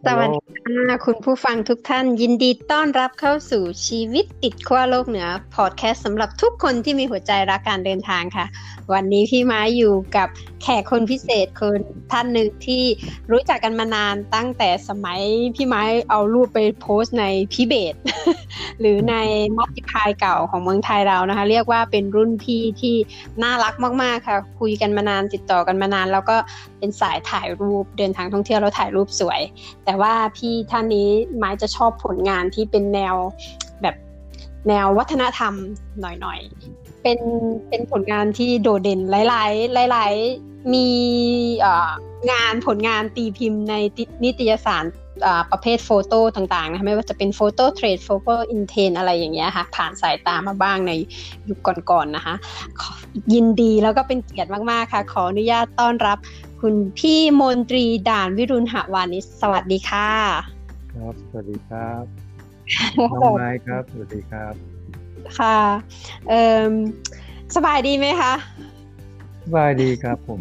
ฮัลโหลสวัสดีค่ะคุณผู้ฟังทุกท่านยินดีต้อนรับเข้าสู่ชีวิตติดขั้วโลกเหนือพอดแคสต์สำหรับทุกคนที่มีหัวใจรักการเดินทางค่ะวันนี้พี่ไม้อยู่กับแขกคนพิเศษคนท่านหนึ่งที่รู้จักกันมานานตั้งแต่สมัยพี่ไม้เอารูปไปโพสต์ในพิเบต หรือในมัลติพายเก่าของเมืองไทยเรานะคะเรียกว่าเป็นรุ่นพี่ที่น่ารักมากๆค่ะคุยกันมานานติดต่อกันมานานแล้วก็เป็นสายถ่ายรูปเดินทางท่องเที่ยวแล้วถ่ายรูปสวยแต่ว่าพี่ท่านนี้ไม้จะชอบผลงานที่เป็นแนวแบบแนววัฒนธรรมหน่อยๆเป็นผลงานที่โดดเด่นหลายมีงานผลงานตีพิมพ์ในนิตยสารประเภทโฟโต้ต่างๆนะไม่ว่าจะเป็นโฟโต้เทรดโฟโต้อินเทนอะไรอย่างเงี้ยค่ะผ่านสายตามาบ้างในยุคก่อนๆนะคะยินดีแล้วก็เป็นเกียรติมากๆค่ะขออนุญาตต้อนรับคุณพี่มนตรีด่านวิรุณหวานิชสวัสดีค่ะครับสวัสดีครับน้องไม้ครับสวัสดีครับค่ะเอ่อสบายดีไหมคะสบายดีครับผม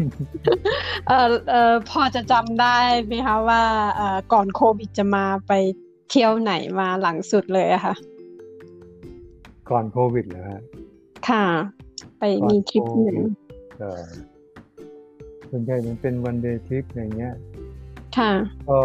พอจะจำได้ไหมคะว่าก่อนโควิดจะมาไปเที่ยวไหนมาหลังสุดเลยอะค่ะก่อนโควิดเหรอฮะค่ะไปก่อนโคมีทริปไหนวิดเอ่อส่วนใหญ่มันเป็นวันเดย์ทริปอย่างเงี้ยค่ะก็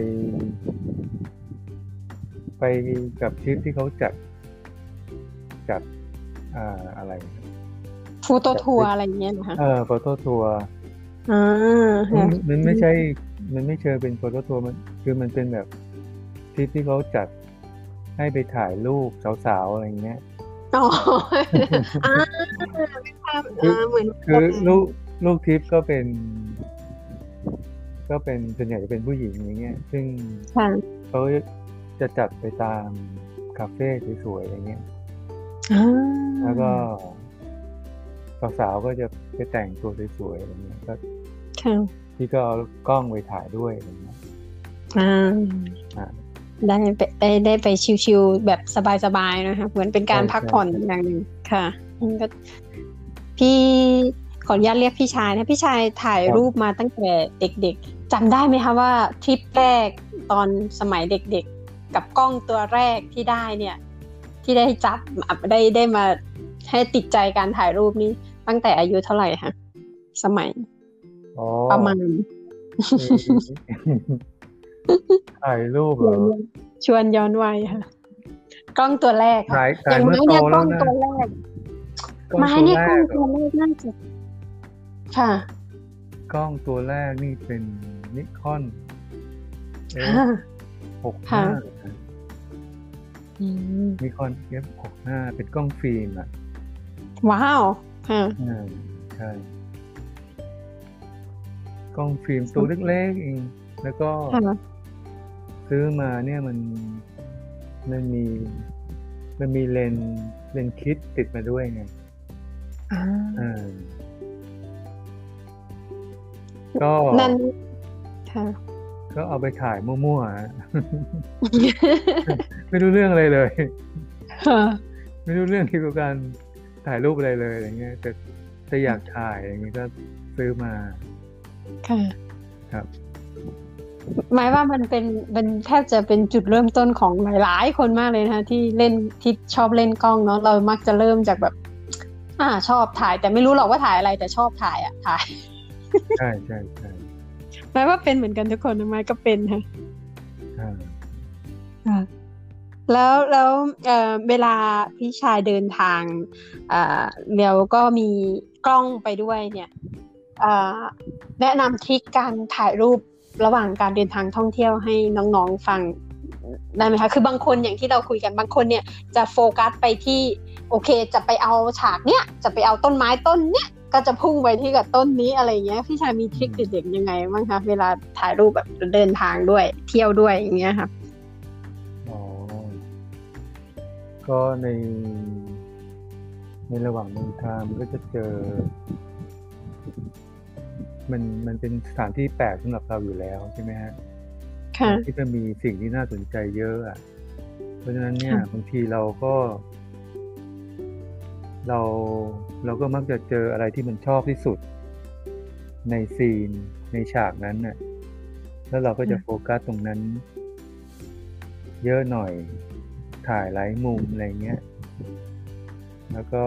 ไปกับทริปที่เขาจัดอะไรโฟโต้จัดทริปทัวร์อะไรอย่างเงี้ยนะคะโฟโต้ทัวร์อ่าค่ะมันไม่ใช่มันไม่เชิงเป็นโฟโต้ทัวร์มันคือมันเป็นแบบทริปที่เขาจัดให้ไปถ่ายรูปสาวๆอะไรเงี้ยอ๋ออ่าเป็นภาพคือเหมือนคือลูกทิพย์ก็เป็นส่วนใหญ่จะเป็นผู้หญิงอย่างเงี้ยซึ่งค่ะเขาจะจัดไปตามคาเฟ่สวยๆอย่างเงี้ยอ่แล้วาก็สาวๆก็จะไปแต่งตัวสวยๆอะไรเงี้ยก็ค่ะพี่ก็เอากล้องไปถ่ายด้วยอะไรเงี้ยอ่าอ่าได้ไปชิวๆแบบสบายๆนะคะเหมือนเป็นใช่การพักใช่ผ่อนใช่อย่างหนึ่งค่ะก็พี่ขออนุญาตเรียกพี่ชายนะพี่ชายถ่ายรูปครับมาตั้งแต่เด็กๆจำได้ไหมคะว่าทริปแรกตอนสมัยเด็กๆกับกล้องตัวแรกที่ได้เนี่ยที่ได้จับได้มาให้ติดใจการถ่ายรูปนี้ตั้งแต่อายุเท่าไหร่คะสมัยอ๋อประมาณมีถ่ายรูปเหรอชวนย้อนวัยค่ะกล้องตัวแรกค่ะถ่าอย่างยเมื่อโตไม้เนี่ยกล้แล้วนะองตัวแรกไม้กล้องตัวเนี่ยกล้องแรกเหรอตัวแรกน่าจะค่ะกล้องตัวแรกนี่เป็นนิคอนเอฟค่ะหกค่ะห้าอืมนิคอน F65 เป็นกล้องฟิล์มอ่ะว้าวค่ะอ่าใช่กล้องฟิล์มตัวเล็กๆเองแล้วก็ค่ะซื้อมาเนี่ยมันมีมันมีเลนส์คิดติดมาด้วยไงอ่อ่าาก็นั่นค่ะก็เอาไปถ่ายมั่วๆฮะ ไม่รู้เรื่องอะไรเลยค่ะไม่รู้เรื่องเกี่ยวกับการถ่ายรูปอะไรเลยอะไรเงี้ยแต่อยากถ่ายอย่างเงี้ยก็ซื้อมาค่ะครับหมายว่ามันแทบจะเป็นจุดเริ่มต้นของหลายๆคนมากเลยนะคะที่เล่นที่ชอบเล่นกล้องเนาะเรามักจะเริ่มจากแบบชอบถ่ายแต่ไม่รู้หรอกว่าถ่ายอะไรแต่ชอบถ่ายถ่ายใช่ใช่ใช่หมายว่าเป็นเหมือนกันทุกคนนะหมายก็เป็นค่ะอ่าค่ะแล้วเวลาพี่ชายเดินทางแล้วก็มีกล้องไปด้วยเนี่ยเอ่อแนะนำทริคการถ่ายรูประหว่างการเดินทางท่องเที่ยวให้น้องๆฟังได้ไหมคะคือบางคนอย่างที่เราคุยกันบางคนเนี่ยจะโฟกัสไปที่โอเคจะไปเอาฉากเนี้ยจะไปเอาต้นไม้ต้นเนี้ยก็จะพุ่งไปที่กับต้นนี้อะไรเงี้ยพี่ชายมีทริคเด็ดๆยังไงบ้างคะเวลาถ่ายรูปแบบเดินทางด้วยเที่ยวด้วยอย่างเงี้ยค่ะอ๋อ ก็ในระหว่างเดินทางมันก็จะเจอมันเป็นสถานที่แปลกสำหรับเราอยู่แล้วใช่ไหมฮะค่ะที่จะมีสิ่งที่น่าสนใจเยอะอ่ะเพราะฉะนั้นเนี่ยบาค่ะงทีเราเราก็มักจะเจออะไรที่มันชอบที่สุดในซีนในฉากนั้นน่ะแล้วเราก็จะโฟกัสตรงนั้นเยอะหน่อยถ่ายหลายมุมอะไรเงี้ยแล้วก็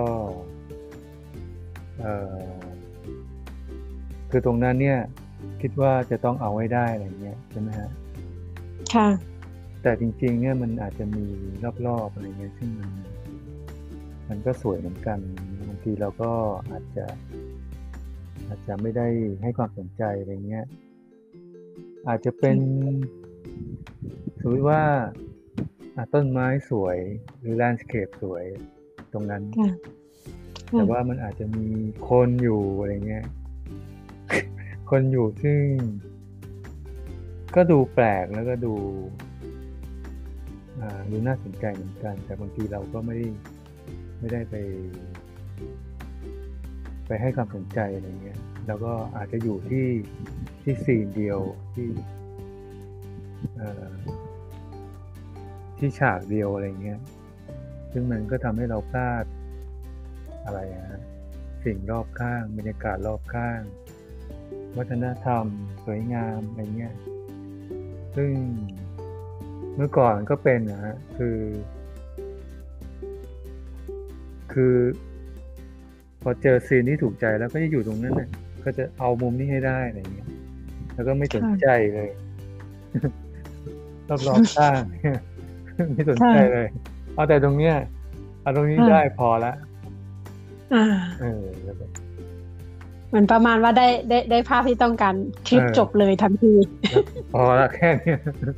คือตรงนั้นเนี่ยคิดว่าจะต้องเอาไว้ได้อะไรเงี้ยใช่ไหมฮะค่ะแต่จริงๆเนี่ยมันอาจจะมีรอบๆอะไรเงี้ยซึ่งมันก็สวยเหมือนกันบางทีเราก็อาจจะไม่ได้ให้ความสนใจอะไรเงี้ยอาจจะเป็นสมมติว่าต้นไม้สวยหรือแลนด์สเคปสวยตรงนั้นแต่ว่ามันอาจจะมีคนอยู่อะไรเงี้ยคนอยู่ซึ่งก็ดูแปลกแล้วก็ดูน่าสนใจเหมือนกันแต่บางทีเราก็ไม่ได้ไปให้ความสนใจอะไรเงี้ยแล้วก็อาจจะอยู่ที่ซีนเดียวที่ฉากเดียวอะไรเงี้ยซึ่งมันก็ทำให้เราพลาดอะไรสิ่งรอบข้างบรรยากาศรอบข้างวัฒนธรรมสวยงามอะไรเงี้ยซึ่งเมื่อก่อนก็เป็นนะฮะคือพอเจอซีนที่ถูกใจแล้วก็จะอยู่ตรงนั้นน่ะก็จะเอามุมนี้ให้ได้อะไรเงี้ยแล้วก็ไม่สนใจเลยรอบๆข้างไม่สนใจเลยเอาแต่ตรงเนี้ยเอาตรงนี้ได้พอละแล้วก็มันประมาณว่าได้ภาพที่ต้องการคลิปจบเลยทันทีพอละแค่นี้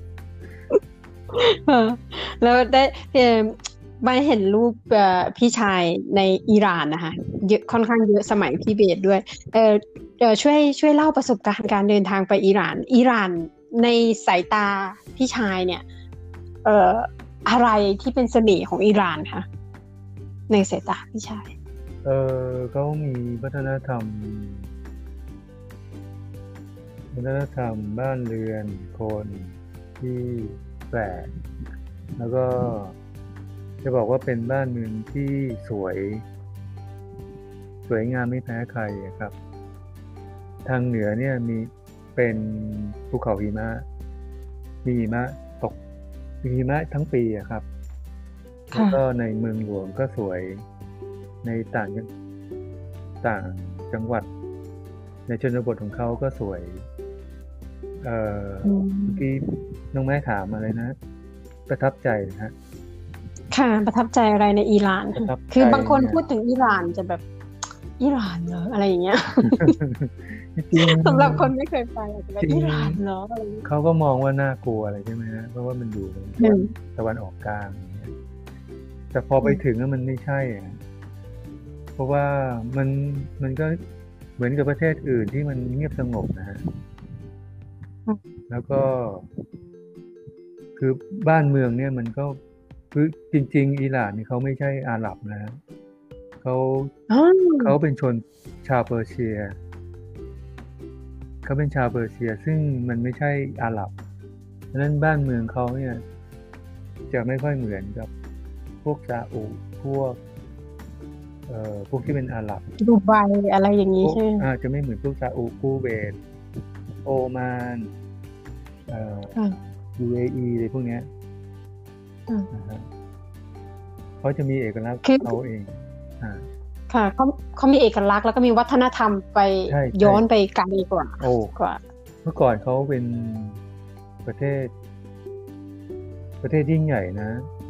แล้วได้ไม่เห็นรูปพี่ชายในอิหร่านนะคะเยอะค่อนข้างเยอะสมัยพี่เบสด้วยช่วยเล่าประสบการณ์การเดินทางไปอิหร่านในสายตาพี่ชายเนี่ยอะไรที่เป็นเสน่ห์ของอิหร่านคะในสายตาพี่ชายเขามีวัฒนธรรมบ้านเรือนคนที่แปลกแล้วก็จะบอกว่าเป็นบ้านเมืองที่สวยงามไม่แพ้ใครครับทางเหนือเนี่ยมีเป็นภูเขาหิมะมีหิมะตกมีหิมะทั้งปีครับแล้วก็ในเมืองหลวงก็สวยในต่างจังหวัดในชนบทของเขาก็สวยเมื่อกี้น้องแม่ถามอะไรนะประทับใจนะฮะค่ะประทับใจอะไรในอิหร่านคือบางคนพูดถึงอิหร่านจะแบบอิหร่านเหรออะไรอย่างเงี้ยสำหรับคนไม่เคยไปอาจจะแบบอิหร่านเหรออะไรเขาก็มองว่าน่ากลัวอะไรใช่ไหมฮะเพราะว่ามันอยู่ตะวันออกกลางอย่างเงี้ยแต่พอไปถึงแล้วมันไม่ใช่เพราะว่ามันก็เหมือนกับประเทศอื่นที่มันเงียบสงบนะฮะแล้วก็คือบ้านเมืองเนี่ยมันก็คือจริงๆอิหร่านนี่เขาไม่ใช่อาหรับนะเขาเป็นชนชาวเปอร์เซียเขาเป็นชาวเปอร์เซียซึ่งมันไม่ใช่อาหรับฉะนั้นบ้านเมืองเขาเนี่ยจะไม่ค่อยเหมือนกับพวกซาอุพวกที่เป็นอาหรับดูไบอะไรอย่างนี้ใช่ไหมจะไม่เหมือนพวกซาอุคูเวตโอมานUAE อะไรพวกนี้เขาจะมีเอกลักษณ์เขาเองค่ะเขามีเอกลักษณ์แล้วก็มีวัฒนธรรมไปย้อนไปไกลกว่าเมื่อก่อนเขาเป็นประเทศยิ่งใหญ่นะ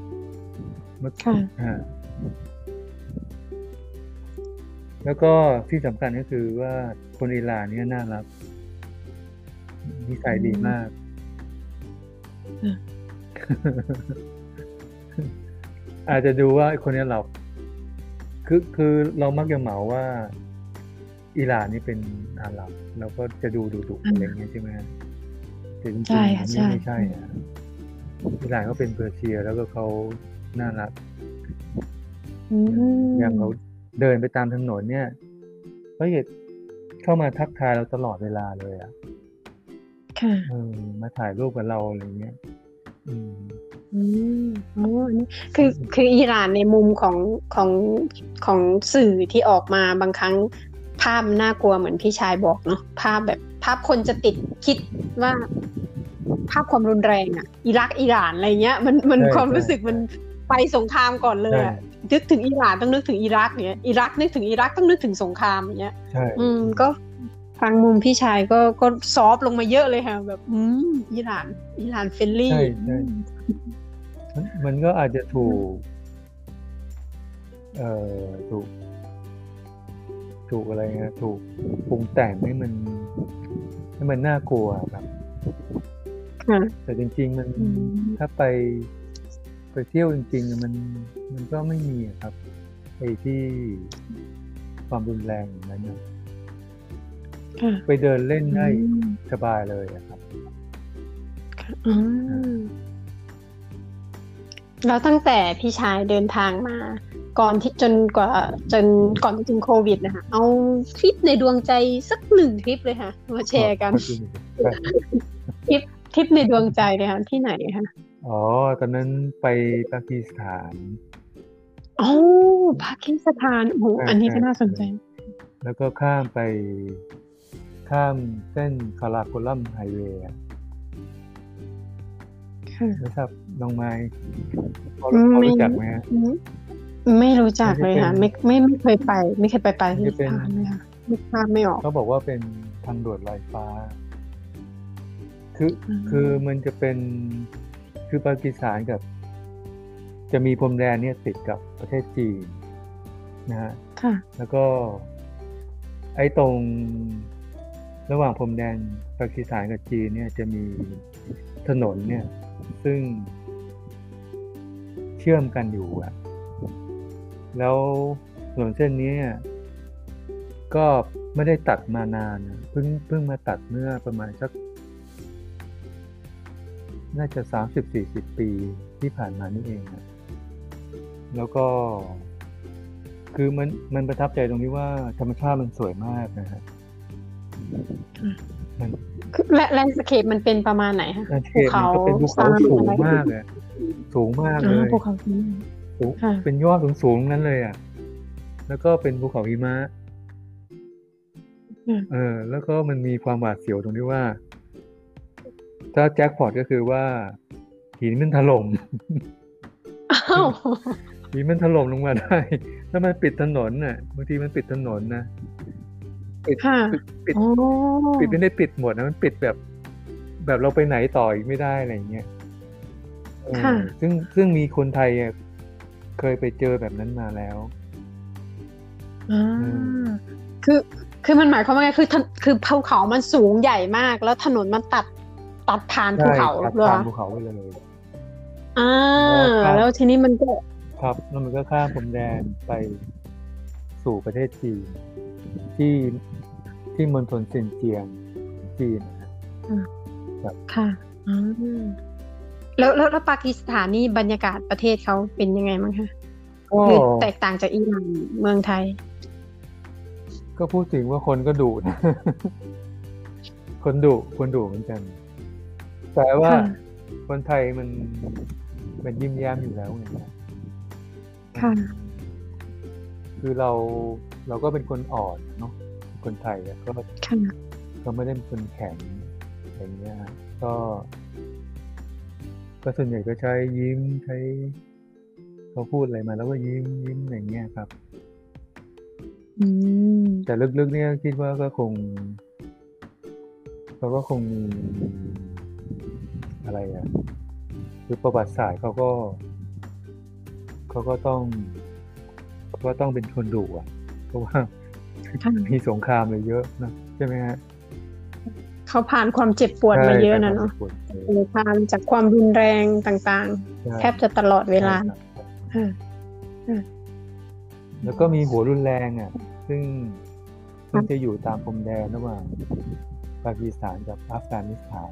แล้วก็ที่สำคัญก็คือว่าคนอิหร่านเนี่ยน่ารักนิสัยดีมากอาจจะดูว่าคนนี้เราคือเรามักจะเหมาว่าอิหร่านนี่เป็นอาหรับเราก็จะดูดุอะไรอย่างเงี้ยใช่ไหมแต่จริงๆไม่ใช่อิหร่านเขาเป็นเปอร์เซียแล้วก็เขาน่ารักอย่างเขาเดินไปตามถนนเนี่ยเขาจะเข้ามาทักทายเราตลอดเวลาเลยมาถ่ายรูปกับเราอะไรเงี้ยคืออิหร่านในมุมของสื่อที่ออกมาบางครั้งภาพน่ากลัวเหมือนพี่ชายบอกเนาะภาพคนจะติดคิดว่าภาพความรุนแรงอ่ะอิรักอิหร่านอะไรเงี้ยมันความรู้สึกมันไปสงครามก่อนเลยอ่ะนึกถึงอิหร่านต้องนึกถึงอิรักเนี้ยอิรักนึกถึงอิรักต้องนึกถึงสงครามอย่างเงี้ยก็ฟังมุมพี่ชายก็ซอฟลงมาเยอะเลยค่ะแบบอิหร่านเฟรนลี่ใช่มันก็อาจจะถูกอะไรเงี้ยถูกปรุงแต่งให้มันน่ากลัวครับแต่จริงๆมันถ้าไปเที่ยวจริงๆมันก็ไม่มีครับไอ้ที่ความรุนแรงอย่างนั้นนะไปเดินเล่นได้สบายเลยครับแล้วตั้งแต่พี่ชายเดินทางมาก่อนที่จนก่อนจะถึงโควิดนะคะเอาทริปในดวงใจสัก1ทริปเลยค่ะมาแชร์กันทริปในดวงใจเลยค่ะที่ไหนคะตอนนั้นไปปากีสถานปากีสถานโอ้อันนี้ก็น่าสนใจแล้วก็ข้ามเส้นคาราโคลัมไฮเวย์ไม่ทราบน้องไม้พอรู้จักไหมฮะไม่รู้จักเลยค่ะไม่เคยไปปากีสถานเลยค่ะไม่ทราบไม่ออกเขาบอกว่าเป็นทางด่วนลอยฟ้าคือมันจะเป็นคือปากีสถานกับจะมีพรมแดนเนี่ยติดกับประเทศจีนนะฮะแล้วก็ไอ้ตรงระหว่างพรมแดนปากีสถานกับจีนเนี่ยจะมีถนนเนี่ยซึ่งเชื่อมกันอยู่อ่ะแล้วถนนเส้นนี้ก็ไม่ได้ตัดมานานเพิ่งมาตัดเมื่อประมาณสักน่าจะ 30-40 ปีที่ผ่านมานี่เองนะแล้วก็คือมันประทับใจตรงที่ว่าธรรมชาติมันสวยมากนะฮะและแลนด์สเคปมันเป็นประมาณไหนคะภูเขาเป็นภูเขาสูงมากเลยสูงมากเลยภูเขาสูงเป็นยอดสูงๆนั้นเลยอ่ะแล้วก็เป็นภูเขาหิมะแล้วก็มันมีความหวาดเสียวตรงที่ว่าถ้าแจ็คพอตก็คือว่าหินมันถล่มหินมันถล่มลงมาได้แล้วมันปิดถนนน่ะบางทีมันปิดถนนนะปิดไม่ได้ปิดหมดนะมันปิดแบบเราไปไหนต่ออีกไม่ได้อะไรอย่างเงี้ยซึ่งมีคนไทยเคยไปเจอแบบนั้นมาแล้วคือมันหมายความว่าไงคือภูเขามันสูงใหญ่มากแล้วถนนมันตัดผ่านภูเขาเลยผ่านภูเขาไปเลยแล้วทีนี้มันก็ครับแล้วมันก็ข้ามพรมแดนไปสู่ประเทศจีนที่มณฑลเซินเจียงจีนนะครับค่ะแล้วปากีสถานนี่บรรยากาศประเทศเขาเป็นยังไงมั้งคะหรือแตกต่างจากอิหร่านเมืองไทยก็พูดถึงว่าคนก็ดุนะคนดุเหมือนกันแต่ว่าคนไทยมันยิ้มแย้มอยู่แล้วไงค่ะคือเราก็เป็นคนอ่อนเนาะคนไทยก็ไม่ได้เป็นคนแข็งอย่างเงี้ยก็ส่วนใหญ่ก็ใช้ยิ้มใช้เขาพูดอะไรมาแล้วก็ยิ้มอย่างเงี้ยครับแต่ลึกๆเนี่ยคิดว่าก็คงเขาก็คงมีอะไรคือประวัติศาสตร์เขาก็ต้องเป็นคนดุเพราะว่ามีสงครามเลยเยอะนะใช่ไหมฮะเขาผ่านความเจ็บปวดมาเยอะนะเนาะผ่านจากความรุนแรงต่างๆแทบจะตลอดเวลาแล้วก็มีหัวรุนแรงซึ่งจะอยู่ตามพรมแดนระหว่างปากีสถานกับอัฟกานิสถาน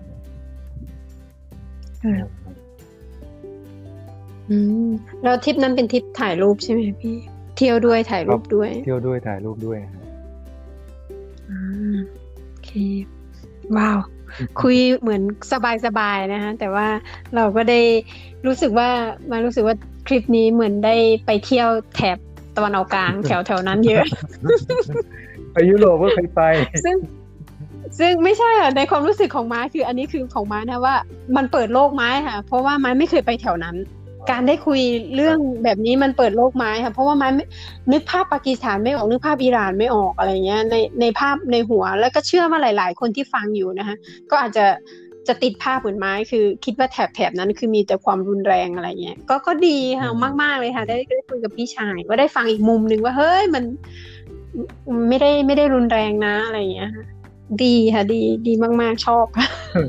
แล้วทริปนั้นเป็นทริปถ่ายรูปใช่ไหมพี่เที่ยวด้วยถ่ายรูปด้วยเที่ยวด้วยถ่ายรูปด้วยโอเคว้าวคุยเหมือนสบายๆนะคะแต่ว่าเราก็ได้รู้สึกว่าทริปนี้เหมือนได้ไปเที่ยวแถบตะวันออกกลางแถวนั้นเยอะไปยุโรปก็เคยไปซึ่งไม่ใช่ค่ะในความรู้สึกของไม้คืออันนี้คือของไม้นะว่ามันเปิดโลกไม้ค่ะเพราะว่าไม้ไม่เคยไปแถวนั้นการได้คุยเรื่องแบบนี้มันเปิดโลกไม้ค่ะเพราะว่าไม้นึกภาพปากีสถานไม่ออกนึกภาพอิหร่านไม่ออกอะไรเงี้ยในภาพในหัวแล้วก็เชื่อว่าหลายๆคนที่ฟังอยู่นะคะก็อาจจะติดภาพเหมือนไม้คือคิดว่าแถบนั้นคือมีแต่ความรุนแรงอะไรเงี้ยก็ดีค่ะมากๆเลยค่ะได้คุยกับพี่ชายก็ได้ฟังอีกมุมนึงว่าเฮ้ยมันไม่ได้รุนแรงนะอะไรเงี้ยดีค่ะดีมากๆชอบค่ะ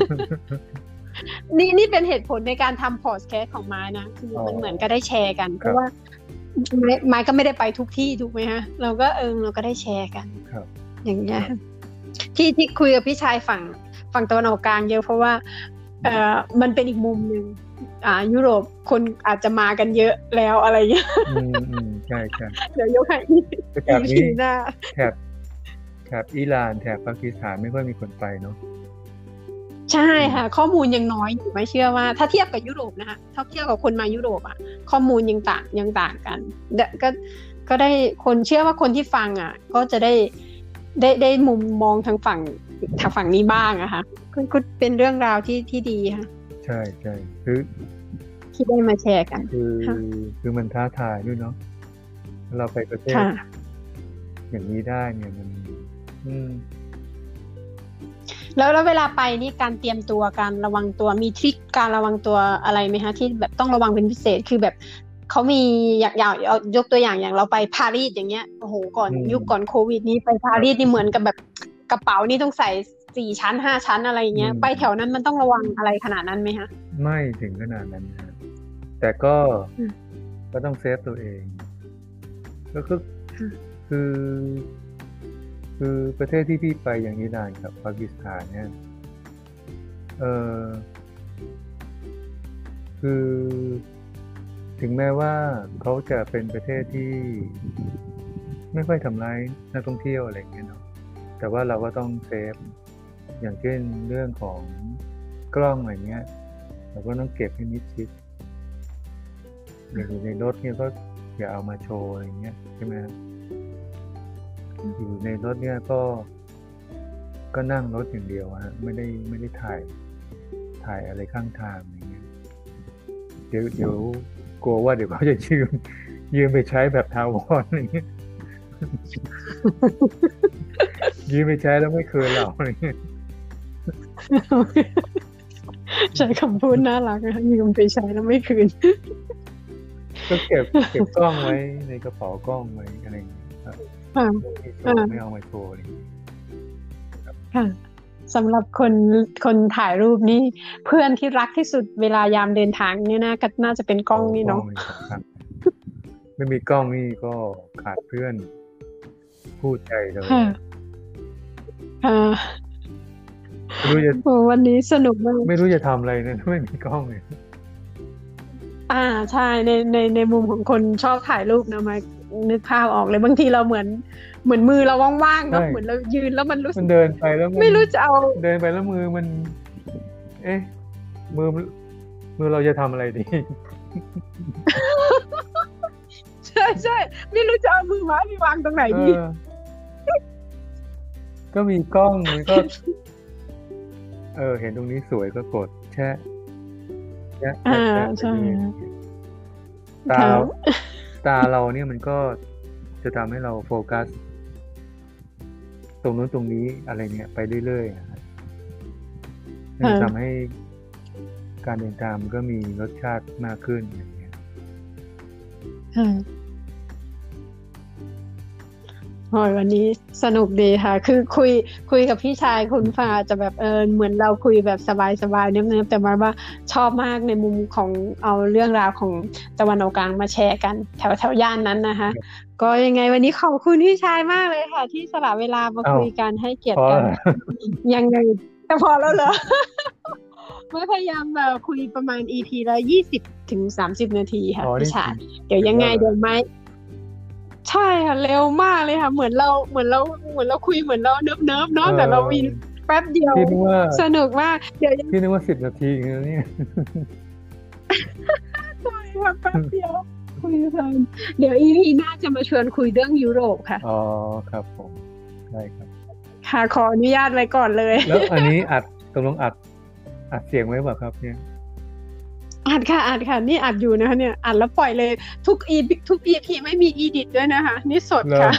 นี่เป็นเหตุผลในการทำพอดแคสต์ของไม้นะคือมันเหมือนก็ได้แชร์กันเพราะว่าไม้ก็ไม่ได้ไปทุกที่ถูกไหมฮะเราก็ได้แชร์กันอย่างเงี้ยที่คุยกับพี่ชายฝั่งตะวันออกกลางเยอะเพราะว่ามันเป็นอีกมุมนึงยุโรปคนอาจจะมากันเยอะแล้วอะไรเงี้ยใช่เดี๋ยวยกให้แถบนี้แถบอิหร่านแถบปากีสถานไม่ค่อยมีคนไปเนาะใช่ค่ะข้อมูลยังน้อยอยู่ไม่เชื่อว่าถ้าเทียบกับยุโรปนะคะถ้าเทียบกับคนมายุโรปอ่ะข้อมูลยังต่างกันก็ได้คนเชื่อว่าคนที่ฟังอ่ะก็จะได้มุมมองทางฝั่งนี้บ้างอะค่ะก็เป็นเรื่องราวที่ดีค่ะใช่คือที่ได้มาแชร์กันคือมันท้าทายด้วยเนาะเราไปประเทศอย่างนี้ได้เนี่ยมันแล้วเวลาไปนี่การเตรียมตัวการระวังตัวมีทริคการระวังตัวอะไรไหมคะที่แบบต้องระวังเป็นพิเศษคือแบบเขามีอย่างยกตัวอย่างเราไปปารีสอย่างเงี้ยโอ้โหก่อนโควิดนี้ไปปารีสนี่เหมือนกับแบบกระเป๋านี่ต้องใส่4 ชั้น5 ชั้นอะไรอย่างเงี้ยไปแถวนั้นมันต้องระวังอะไรขนาดนั้นไหมคะไม่ถึงขนาดนั้นนะแต่ก็ต้องเซฟตัวเองก็คือประเทศที่พี่ไปอย่างอิหร่านกับปากีสถานเนี่ยคือถึงแม้ว่าเขาจะเป็นประเทศที่ไม่ค่อยทำร้ายนักท่องเที่ยวอะไรอย่างเงี้ยเนาะแต่ว่าเราก็ต้องเซฟอย่างเช่นเรื่องของกล้องอะไรเงี้ยเราก็ต้องเก็บให้มิดชิดอย่างอยู่ในรถเนี่ยก็อย่าเอามาโชว์อะไรเงี้ยใช่ไหมอยู่ในรถเนี่ยก็นั่งรถอย่างเดียวฮะไม่ได้ถ่ายอะไรข้างทางอย่างเงี้ยเดี๋ยวกลัวว่าเดี๋ยวเขาจะยืมไปใช้แบบถาวรอะไรเงี้ยยืมไปใช้แล้วไม่คืนเราอะไรเงี้ยใช้คำพูดน่ารักนะยืมไปใช้แล้วไม่คืนก็เก็บกล้องไว้ในกระเป๋ากล้องไว้อะไรอย่างเงี้ยไม่เอามาโชว์อะไรอย่างเงี้ยค่ะสำหรับคนถ่ายรูปนี่เพื่อนที่รักที่สุดเวลายามเดินทางเนี่ยน่าจะเป็นกล้องนี่เนาะไม่มีกล้องนี่ก็ขาดเพื่อนพูดใจเลยไม่รู้จะวันนี้สนุกมากไม่รู้จะทำอะไรนะไม่มีกล้องเลยใช่ในมุมของคนชอบถ่ายรูปนะมานึกภาพออกเลยบางทีเราเหมือนมือเราว่างๆเนาะเหมือนเรายืนแล้วมันรู้สึกเดินไปแล้วไม่รู้จะเอาเดินไปแล้วมือมันมือเราจะทำอะไรดีใช่ไม่รู้จะเอามือไม้ไปวางตรงไหนดีก็มีกล้องมันก็เห็นตรงนี้สวยก็กดแชะใช่ตาเราเนี่ยมันก็จะทำให้เราโฟกัสตรงนู้นตรงนี้อะไรเนี่ยไปเรื่อยๆมันทำให้การเดินทางมันก็มีรสชาติมากขึ้นอย่างเงี้ยวันนี้สนุกดีค่ะคือคุยกับพี่ชายคุณฟ้าจะแบบเหมือนเราคุยแบบสบายๆเนิบๆแต่ว่าชอบมากในมุมของเอาเรื่องราวของตะวันออกกลางมาแชร์กันแถวย่านนั้นนะคะก็ยังไงวันนี้ขอบคุณพี่ชายมากเลยค่ะที่สละเวลามาคุยกันให้เกียรติกันยังไงแต่พอแล้วเหรอไม่พยายามคุยประมาณ EP ละ20-30 นาทีค่ะพี่ชายเดี๋ยวยังไงเดี๋ยวไม่ใช่ค่ะเร็วมากเลยค่ะเหมือนเราคุยเหมือนเราเนิบเนาะแต่เราวินแป๊บเดียวสนุกมากเดี๋ยวพี่นึกว่า10 นาทีนะเนี่ยใช่ค่ะแป๊บเดียวคุยกันเดี๋ยว EP หน้าจะมาชวนคุยเรื่องยุโรปค่ะอ๋อครับผมได้ครับค่ะขออนุญาตไว้ก่อนเลยแล้วอันนี้ตกลงอัดเสียงไว้เปล่าครับเนี่ยอัดค่ะนี่อัดอยู่นะคะเนี่ยอัดแล้วปล่อยเลยทุก EP ไม่มีอีดิทด้วยนะคะนี่สดค่ะ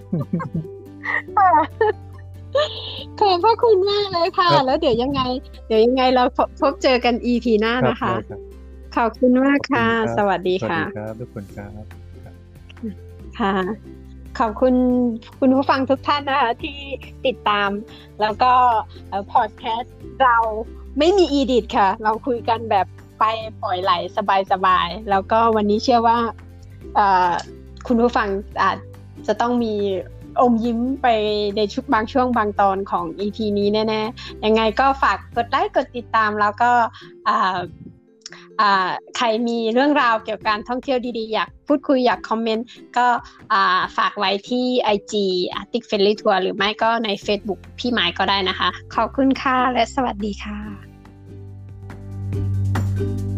ขอบพระคุณมากเลยค่ะแล้วเดี๋ยวยังไงเราพบเจอกัน EP หน้านะคะขอบคุณมากค่ะสวัสดีค่ะสวัสดีครับทุกคนครับค่ะขอบคุณคุณผู้ฟังทุกท่านนะคะที่ติดตามแล้วก็พอดแคสต์เราไม่มีอีดิทค่ะเราคุยกันแบบไปปล่อยไหลสบายๆแล้วก็วันนี้เชื่อว่าคุณผู้ฟังอาจจะต้องมีอมยิ้มไปในบางช่วงบางตอนของ EP นี้แน่ๆยังไงก็ฝากกดไลค์กดติดตามแล้วก็ใครมีเรื่องราวเกี่ยวกับการท่องเที่ยวดีๆอยากพูดคุยอยากคอมเมนต์ก็ฝากไว้ที่ IG Arctic Friendly Tour หรือไม่ก็ใน Facebook พี่หมายก็ได้นะคะขอบคุณค่ะและสวัสดีค่ะ